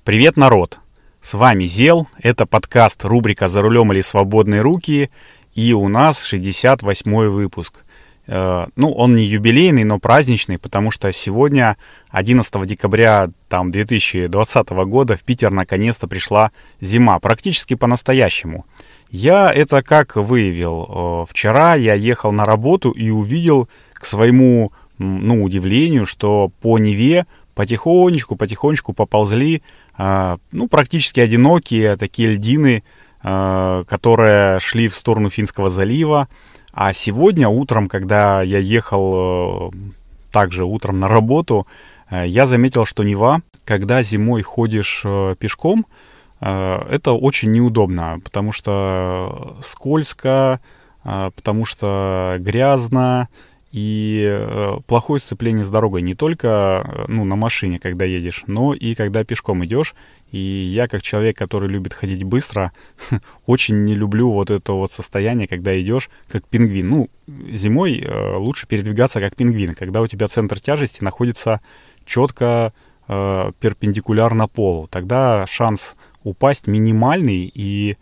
Привет, народ! С вами Зел, это подкаст рубрика «За рулем или свободные руки», и у нас 68-й выпуск. Он не юбилейный, но праздничный, потому что сегодня, 11 декабря 2020 года, в Питер наконец-то пришла зима, практически по-настоящему. Я это как выявил? Вчера я ехал на работу и увидел, к своему удивлению, что по Неве потихонечку поползли практически одинокие такие льдины, которые шли в сторону Финского залива. А сегодня утром, когда я ехал также утром на работу, я заметил, что Нева, когда зимой ходишь пешком, это очень неудобно, потому что скользко, потому что грязно и плохое сцепление с дорогой не только на машине, когда едешь, но и когда пешком идешь. И я, как человек, который любит ходить быстро, очень не люблю вот это вот состояние, когда идешь как пингвин. Зимой лучше передвигаться как пингвин, когда у тебя центр тяжести находится четко перпендикулярно полу. Тогда шанс упасть минимальный и,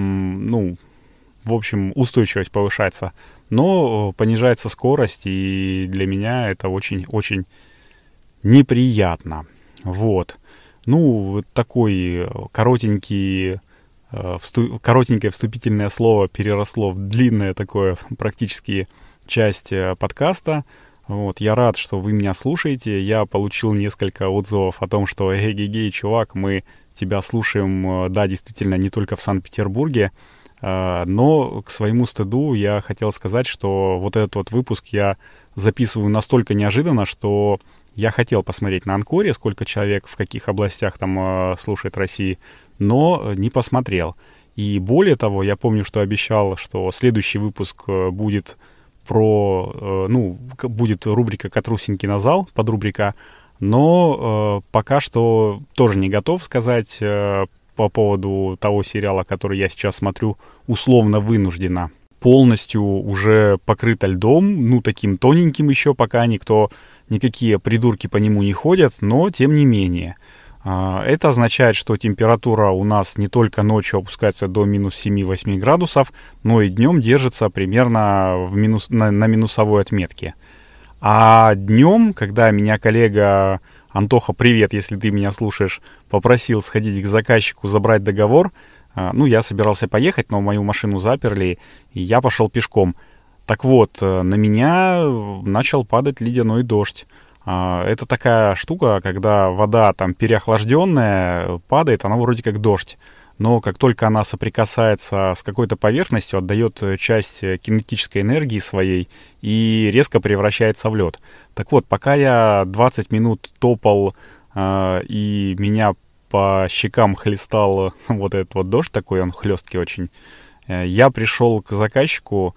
устойчивость повышается. Но понижается скорость, и для меня это очень-очень неприятно. Вот. Такой коротенькое вступительное слово переросло в длинное такое практически часть подкаста. Вот. Я рад, что вы меня слушаете. Я получил несколько отзывов о том, что эгегей, чувак, мы тебя слушаем, да, действительно, не только в Санкт-Петербурге. Но к своему стыду я хотел сказать, что вот этот вот выпуск я записываю настолько неожиданно, что я хотел посмотреть на Анкоре, сколько человек в каких областях там слушает России, но не посмотрел. И более того, я помню, что обещал, что следующий выпуск будет будет рубрика «Катрусенький назал», подрубрика, но пока что тоже не готов сказать по поводу того сериала, который я сейчас смотрю, условно вынужденно. Полностью уже покрыто льдом, таким тоненьким еще, пока никакие придурки по нему не ходят, но тем не менее. Это означает, что температура у нас не только ночью опускается до минус 7-8 градусов, но и днем держится примерно на минусовой отметке. А днем, когда меня коллега Антоха, привет, если ты меня слушаешь, попросил сходить к заказчику, забрать договор, я собирался поехать, но мою машину заперли, и я пошел пешком. Так вот, на меня начал падать ледяной дождь. Это такая штука, когда вода там переохлажденная падает, она вроде как дождь. Но как только она соприкасается с какой-то поверхностью, отдает часть кинетической энергии своей и резко превращается в лед. Так вот, пока я 20 минут топал и меня по щекам хлестал вот этот вот дождь, такой он хлесткий очень, я пришел к заказчику,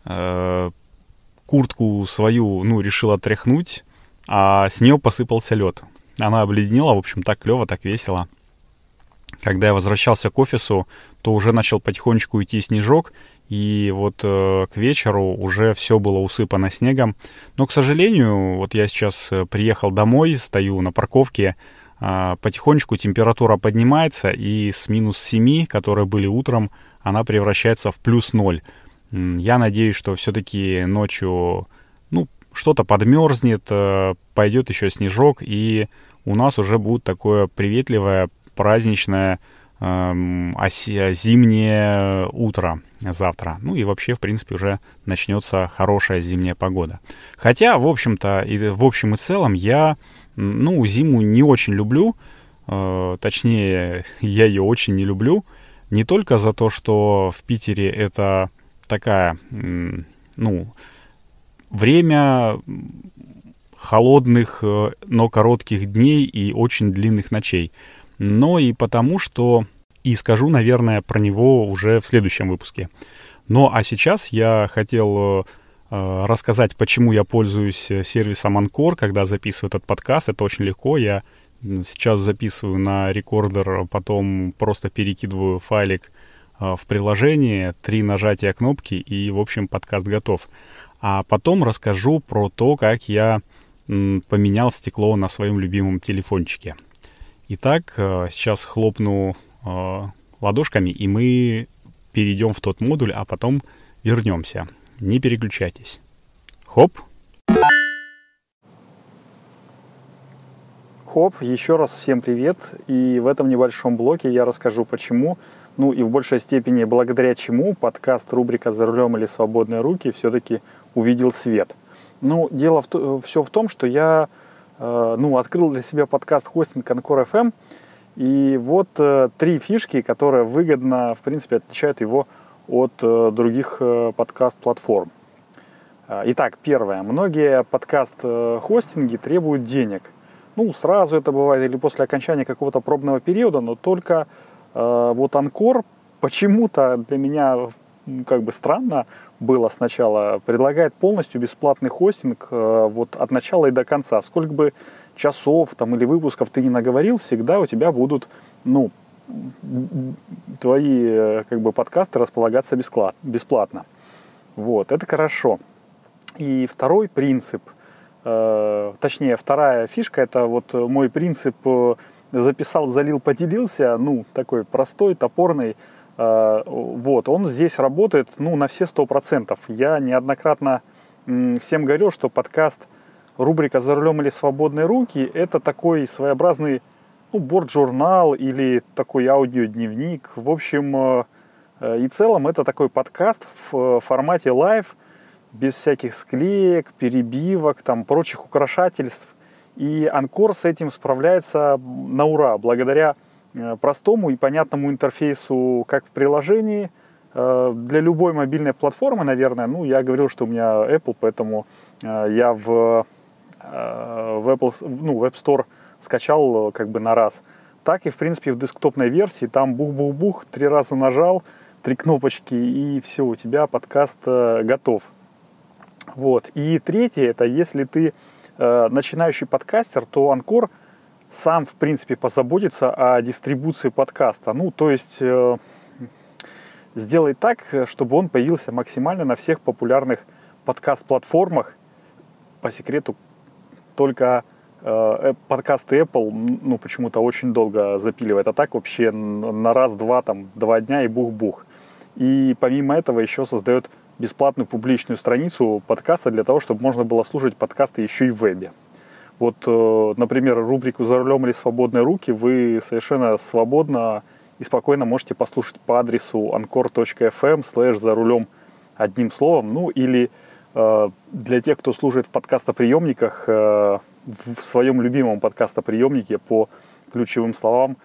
куртку свою, решил отряхнуть, а с нее посыпался лед. Она обледенела, в общем, так клево, так весело. Когда я возвращался к офису, то уже начал потихонечку идти снежок, и вот к вечеру уже все было усыпано снегом. Но, к сожалению, вот я сейчас приехал домой, стою на парковке, потихонечку температура поднимается, и с минус 7, которые были утром, она превращается в плюс 0. Я надеюсь, что все-таки ночью, что-то подмерзнет, пойдет еще снежок, и у нас уже будет такое приветливое, праздничное зимнее утро завтра. И вообще, в принципе, уже начнется хорошая зимняя погода. Хотя, в общем-то, в общем и целом, я, зиму не очень люблю. Точнее, я ее очень не люблю. Не только за то, что в Питере это такая, время холодных, но коротких дней и очень длинных ночей. Но и потому, что, и скажу, наверное, про него уже в следующем выпуске. А сейчас я хотел рассказать, почему я пользуюсь сервисом Anchor, когда записываю этот подкаст. Это очень легко. Я сейчас записываю на рекордер, потом просто перекидываю файлик в приложение, 3 нажатия кнопки, и, в общем, подкаст готов. А потом расскажу про то, как я поменял стекло на своем любимом телефончике. Итак, сейчас хлопну ладошками, и мы перейдем в тот модуль, а потом вернемся. Не переключайтесь. Хоп. Хоп, еще раз всем привет. И в этом небольшом блоке я расскажу, почему, ну и в большей степени благодаря чему подкаст рубрика «За рулем или свободные руки» все-таки увидел свет. Ну, дело все в том, что я открыл для себя подкаст-хостинг Anchor FM. И вот 3 фишки, которые выгодно, в принципе, отличают его от других подкаст-платформ. Итак, первое. Многие подкаст-хостинги требуют денег. Ну, сразу это бывает или после окончания какого-то пробного периода, но только вот Anchor почему-то для меня как бы странно было сначала, предлагает полностью бесплатный хостинг вот от начала и до конца. Сколько бы часов там или выпусков ты не наговорил, всегда у тебя будут, твои как бы подкасты располагаться бесплатно. Вот, это хорошо. И второй принцип, точнее, вторая фишка, это вот мой принцип записал, залил, поделился, такой простой, топорный. Вот, он здесь работает, на все 100%. Я неоднократно всем говорил, что подкаст рубрика «За рулем или свободные руки» это такой своеобразный, борд-журнал или такой аудиодневник. В общем и целом это такой подкаст в формате лайв, без всяких склеек, перебивок, прочих украшательств. И Anchor с этим справляется на ура, благодаря простому и понятному интерфейсу, как в приложении, для любой мобильной платформы, наверное. Я говорил, что у меня Apple, поэтому я в App Store скачал как бы на раз. Так и, в принципе, в десктопной версии, там бух-бух-бух, 3 раза нажал, 3 кнопочки, и все, у тебя подкаст готов. Вот. И третье, это если ты начинающий подкастер, то Anchor сам, в принципе, позаботится о дистрибуции подкаста. То есть сделай так, чтобы он появился максимально на всех популярных подкаст-платформах. По секрету, только подкасты Apple, почему-то очень долго запиливает. А так вообще на раз-два, 2 дня и бух-бух. И помимо этого еще создает бесплатную публичную страницу подкаста для того, чтобы можно было слушать подкасты еще и в вебе. Вот, например, рубрику «За рулем или свободные руки» вы совершенно свободно и спокойно можете послушать по адресу anchor.fm/за рулем одним словом. Или для тех, кто слушает в подкастоприемниках, в своем любимом подкастоприемнике по ключевым словам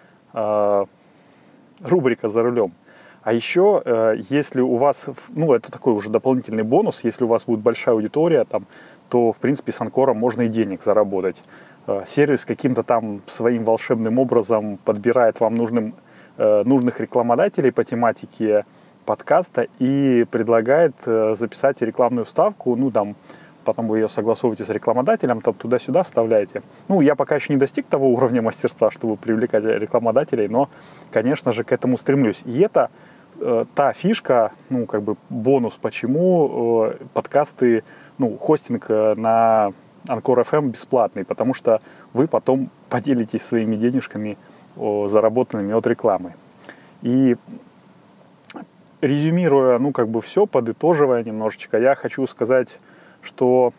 рубрика «За рулем». А еще, если у вас, это такой уже дополнительный бонус, если у вас будет большая аудитория, то, в принципе, с Anchor можно и денег заработать. Сервис каким-то своим волшебным образом подбирает вам нужных рекламодателей по тематике подкаста и предлагает записать рекламную вставку, потом вы ее согласовываете с рекламодателем, туда-сюда вставляете. Я пока еще не достиг того уровня мастерства, чтобы привлекать рекламодателей, но, конечно же, к этому стремлюсь. И это та фишка, бонус, почему подкасты, хостинг на Anchor FM бесплатный, потому что вы потом поделитесь своими денежками, заработанными от рекламы. И резюмируя, все, подытоживая немножечко, я хочу сказать, что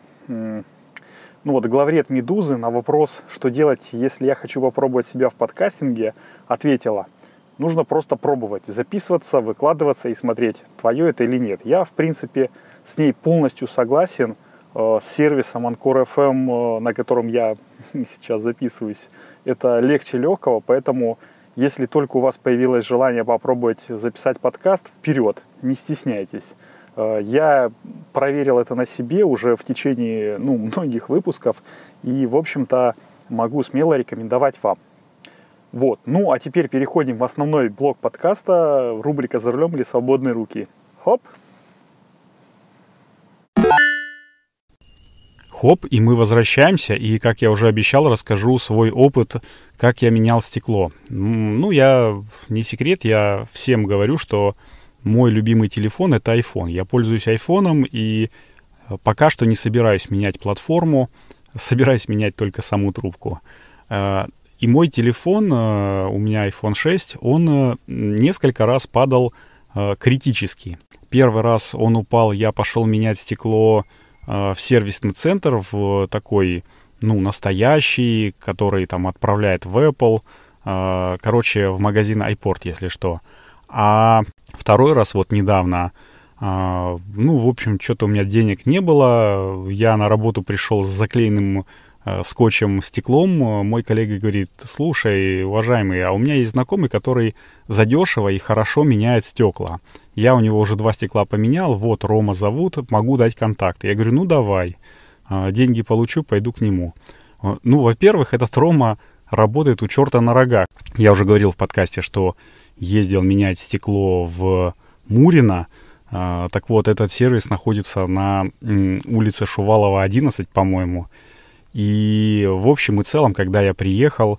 главред «Медузы» на вопрос, что делать, если я хочу попробовать себя в подкастинге, ответила: нужно просто пробовать, записываться, выкладываться и смотреть, твое это или нет. Я, в принципе, с ней полностью согласен. С сервисом Anchor FM, на котором я сейчас записываюсь, это легче легкого, поэтому если только у вас появилось желание попробовать записать подкаст, вперед, не стесняйтесь. Я проверил это на себе уже в течение многих выпусков и, в общем-то, могу смело рекомендовать вам. Вот. А теперь переходим в основной блок подкаста, рубрика «За рулем или свободные руки». Хоп! Хоп, и мы возвращаемся, и, как я уже обещал, расскажу свой опыт, как я менял стекло. Я не секрет, я всем говорю, что мой любимый телефон — это iPhone. Я пользуюсь iPhone, и пока что не собираюсь менять платформу, собираюсь менять только саму трубку. И мой телефон, у меня iPhone 6, он несколько раз падал критически. Первый раз он упал, я пошел менять стекло в сервисный центр, в такой, настоящий, который там отправляет в Apple, в магазин iPort, если что. А второй раз вот недавно, в общем, что-то у меня денег не было, я на работу пришел с заклеенным скотчем стеклом, мой коллега говорит: слушай, уважаемый, а у меня есть знакомый, который задешево и хорошо меняет стекла. Я у него уже 2 стекла поменял, вот, Рома зовут, могу дать контакт. Я говорю: давай, деньги получу, пойду к нему. Во-первых, этот Рома работает у черта на рогах. Я уже говорил в подкасте, что ездил менять стекло в Мурино. Так вот, этот сервис находится на улице Шувалова, 11, по-моему. И в общем и целом, когда я приехал,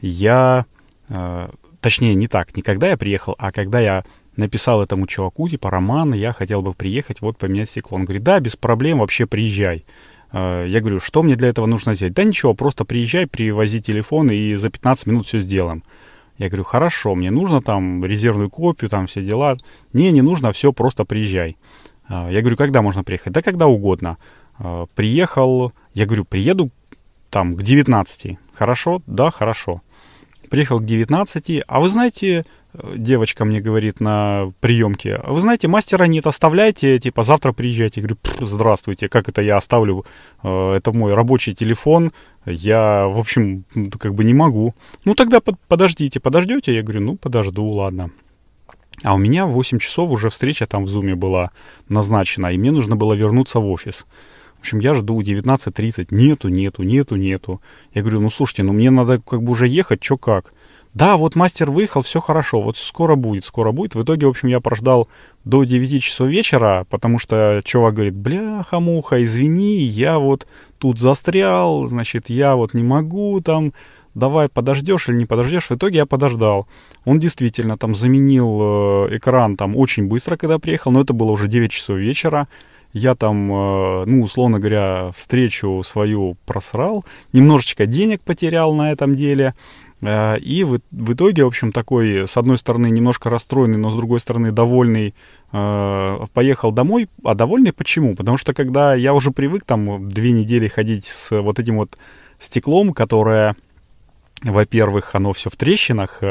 точнее, не когда я приехал, а когда я написал этому чуваку, типа: Роман, я хотел бы приехать, вот, поменять стекло. Он говорит: да, без проблем, вообще приезжай. Я говорю: что мне для этого нужно сделать? Да ничего, просто приезжай, привози телефон, и за 15 минут все сделаем. Я говорю: хорошо, мне нужно там резервную копию, там все дела. Не нужно, все, просто приезжай. Я говорю: когда можно приехать? Да когда угодно. Приехал, я говорю: приеду там к 19. Хорошо? Да, хорошо. Приехал к 19, а вы знаете, девочка мне говорит на приемке: а вы знаете, мастера нет, оставляйте, типа, завтра приезжайте. Я говорю: здравствуйте, как это я оставлю? Это мой рабочий телефон, я, в общем, не могу. Тогда подождете? Я говорю: подожду, ладно. А у меня в 8 часов уже встреча там в Зуме была назначена, и мне нужно было вернуться в офис. В общем, я жду 19:30. Нету. Я говорю: слушайте, мне надо уже ехать, чё как. Да, вот мастер выехал, все хорошо, вот скоро будет. В итоге, в общем, я прождал до 9 часов вечера, потому что чувак говорит: бляха-муха, извини, я вот тут застрял, значит, я вот не могу там, давай подождешь или не подождешь. В итоге я подождал. Он действительно там заменил экран там очень быстро, когда приехал, но это было уже 9 часов вечера. Я там, условно говоря, встречу свою просрал, немножечко денег потерял на этом деле. И в итоге, в общем, такой, с одной стороны, немножко расстроенный, но с другой стороны, довольный, поехал домой. А довольный почему? Потому что когда я уже привык там 2 недели ходить с вот этим вот стеклом, которое, во-первых, оно все в трещинах,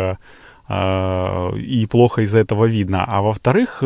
и плохо из-за этого видно, а во-вторых,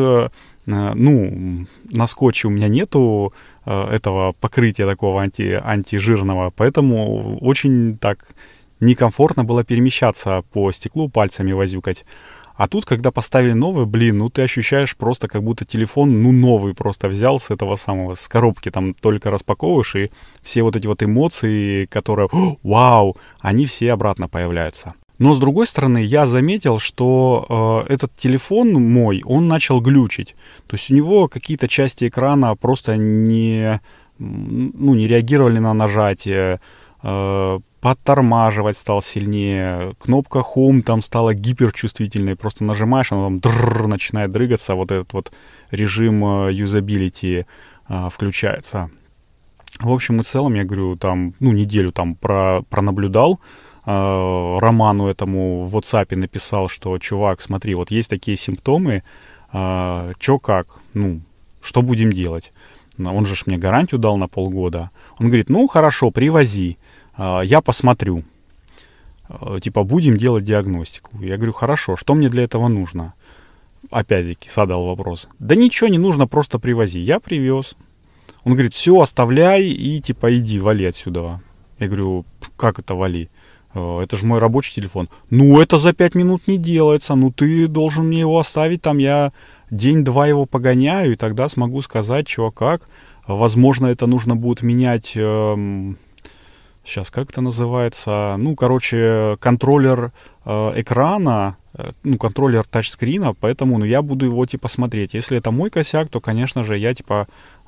на скотче у меня нету этого покрытия такого антижирного, поэтому очень так некомфортно было перемещаться по стеклу, пальцами возюкать. А тут, когда поставили новый, ты ощущаешь просто, как будто телефон, новый просто взял с этого самого, с коробки, там только распаковываешь, и все вот эти вот эмоции, которые, вау, они все обратно появляются. Но, с другой стороны, я заметил, что этот телефон мой, он начал глючить. То есть у него какие-то части экрана просто не реагировали на нажатие, подтормаживать стал сильнее, кнопка Home там стала гиперчувствительной, просто нажимаешь, она там начинает дрыгаться, вот этот вот режим юзабилити включается. В общем и целом, я говорю, там, неделю там пронаблюдал, Роману этому в WhatsApp написал, что: чувак, смотри, вот есть такие симптомы, чё как, что будем делать? Он же мне гарантию дал на полгода. Он говорит: хорошо, привози, я посмотрю, типа, будем делать диагностику. Я говорю: хорошо, что мне для этого нужно? Опять-таки задал вопрос. Да ничего не нужно, просто привози. Я привез. Он говорит: все, оставляй и типа иди, вали отсюда. Я говорю: как это вали? Это же мой рабочий телефон. Это за 5 минут не делается. Ты должен мне его оставить. Там я день-два его погоняю, и тогда смогу сказать, чего как. Возможно, это нужно будет менять... сейчас, как это называется? Контроллер экрана, контроллер тачскрина. Поэтому, я буду его, типа, смотреть. Если это мой косяк, то, конечно же, я, типа,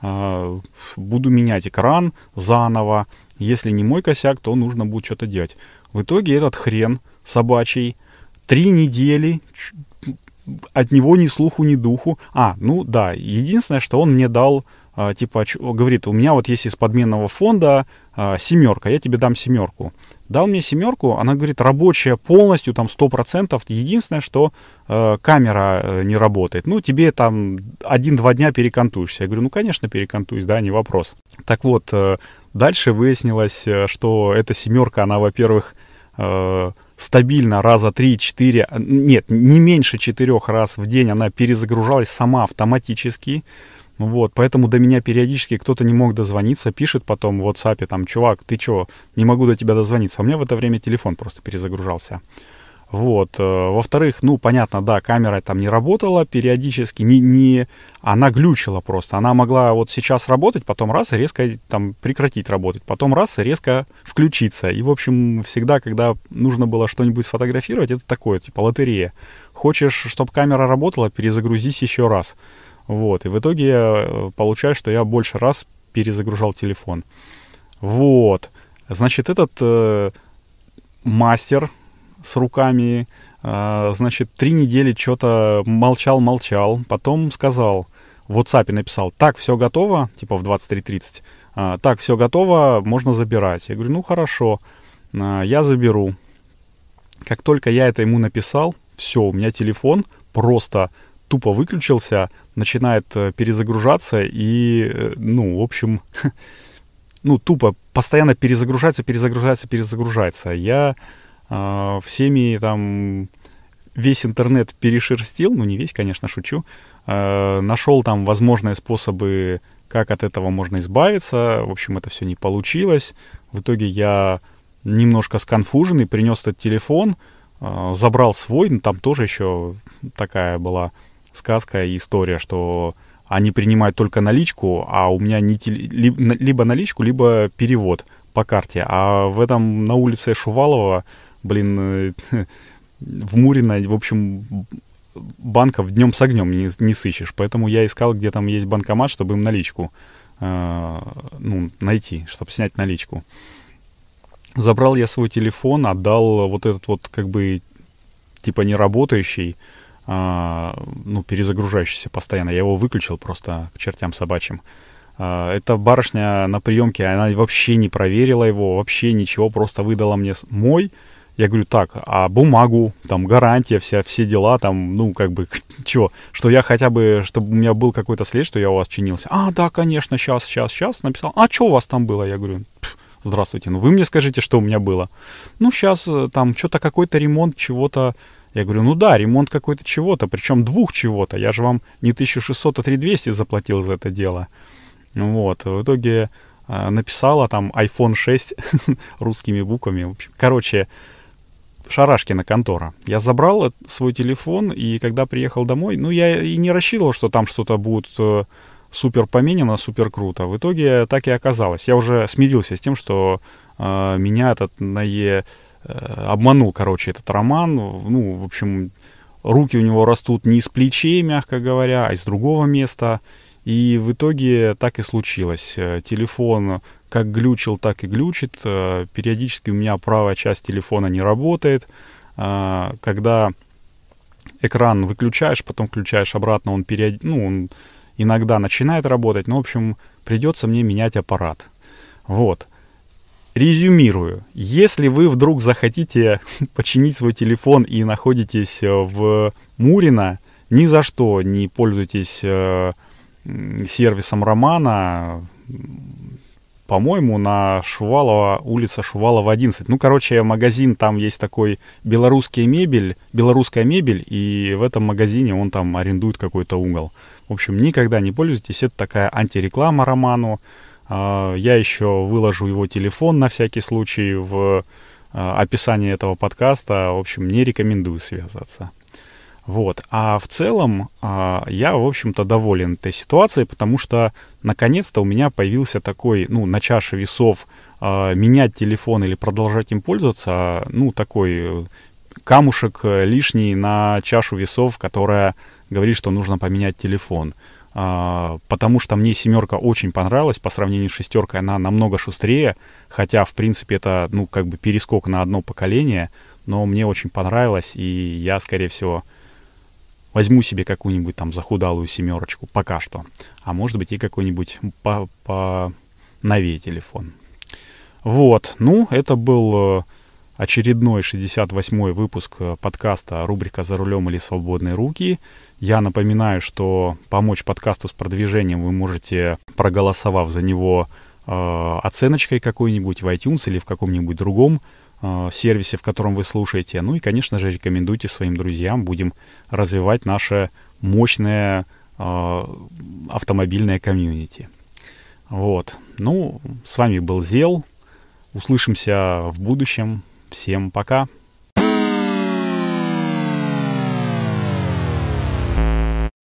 буду менять экран заново. Если не мой косяк, то нужно будет что-то делать. В итоге этот хрен собачий 3 недели, от него ни слуху, ни духу. Единственное, что он мне дал типа, говорит, у меня вот есть из подменного фонда 7, я тебе дам 7. Дал мне 7, она говорит, рабочая полностью, там 100%. Единственное, что камера не работает. Ну, тебе там 1-2 дня перекантуешься. Я говорю, ну, конечно, перекантуюсь, да, не вопрос. Так вот, дальше выяснилось, что эта 7, она, во-первых, стабильно раза 3-4, нет, не меньше 4 раз в день она перезагружалась сама автоматически. Вот, поэтому до меня периодически кто-то не мог дозвониться, пишет потом в WhatsApp, там, чувак, ты чё, не могу до тебя дозвониться. А у меня в это время телефон просто перезагружался. Вот, во-вторых, ну, понятно, да, камера там не работала периодически, она глючила просто. Она могла вот сейчас работать, потом раз и резко там прекратить работать, потом раз и резко включиться. И, в общем, всегда, когда нужно было что-нибудь сфотографировать, это такое, типа лотерея. Хочешь, чтобы камера работала, перезагрузись еще раз. Вот, и в итоге получается, что я больше раз перезагружал телефон. Вот, значит, этот мастер с руками, значит, 3 недели что-то молчал, потом сказал, в WhatsApp написал, так, все готово, типа в 23:30, так, все готово, можно забирать. Я говорю, ну, хорошо, я заберу. Как только я это ему написал, все, у меня телефон просто тупо выключился, начинает перезагружаться и, ну, в общем, ну, тупо постоянно перезагружается. Я всеми там весь интернет перешерстил, ну, не весь, конечно, шучу, нашел там возможные способы, как от этого можно избавиться. В общем, это все не получилось. В итоге я немножко сконфуженный принес этот телефон, забрал свой, но там тоже еще такая была сказка и история, что они принимают только наличку, а у меня либо наличку, либо перевод по карте. А в этом на улице Шувалова, блин, в Мурино, в общем, банков днем с огнем не сыщешь. Поэтому я искал, где там есть банкомат, чтобы им наличку найти, чтобы снять наличку. Забрал я свой телефон, отдал вот этот вот как бы типа неработающий, перезагружающийся постоянно. Я его выключил просто к чертям собачьим. Эта барышня на приемке, она вообще не проверила его, вообще ничего, просто выдала мне мой. Я говорю, так, а бумагу, там, гарантия, все дела, там, ну, как бы, что я хотя бы, чтобы у меня был какой-то след, что я у вас чинился. Да, конечно, сейчас, написал. А что у вас там было? Я говорю, здравствуйте, ну, вы мне скажите, что у меня было. Ну, сейчас там что-то какой-то ремонт чего-то. Я говорю, ну да, ремонт какой-то чего-то, причем 2 чего-то. Я же вам не 1600, а 3200 заплатил за это дело. Вот, в итоге написала там iPhone 6 русскими буквами. В общем, короче, Шарашкина контора. Я забрал свой телефон, и когда приехал домой, ну, я и не рассчитывал, что там что-то будет супер поменено, супер круто. В итоге так и оказалось. Я уже смирился с тем, что меня этот обманул, короче, этот Роман. Ну, в общем, руки у него растут не из плечей, мягко говоря, а из другого места. И в итоге так и случилось. Телефон как глючил, так и глючит. Периодически у меня правая часть телефона не работает. Когда экран выключаешь, потом включаешь обратно, он иногда начинает работать. Ну, в общем, придется мне менять аппарат. Вот. Резюмирую. Если вы вдруг захотите починить свой телефон и находитесь в Мурино, ни за что не пользуйтесь сервисом Романа. По-моему, на Шувалова, улица Шувалова, 11. Ну, короче, магазин, там есть такой белорусская мебель, и в этом магазине он там арендует какой-то угол. В общем, никогда не пользуйтесь, это такая антиреклама Роману. Я еще выложу его телефон на всякий случай в описании этого подкаста. В общем, не рекомендую связываться. Вот. А в целом я, в общем-то, доволен этой ситуацией, потому что наконец-то у меня появился такой, на чаше весов менять телефон или продолжать им пользоваться, такой камушек лишний на чашу весов, которая говорит, что нужно поменять телефон. Потому что мне 7 очень понравилась, по сравнению с 6 она намного шустрее, хотя, в принципе, это, перескок на одно поколение, но мне очень понравилось, и я, скорее всего, возьму себе какую-нибудь там захудалую 7, пока что. А может быть и какой-нибудь поновее телефон. Вот, ну, это был очередной 68-й выпуск подкаста «Рубрика «За рулем или свободные руки». Я напоминаю, что помочь подкасту с продвижением вы можете, проголосовав за него оценочкой какой-нибудь в iTunes или в каком-нибудь другом сервисе, в котором вы слушаете. Ну и, конечно же, рекомендуйте своим друзьям. Будем развивать наше мощное автомобильное комьюнити. Вот. Ну, с вами был Зел. Услышимся в будущем. Всем пока.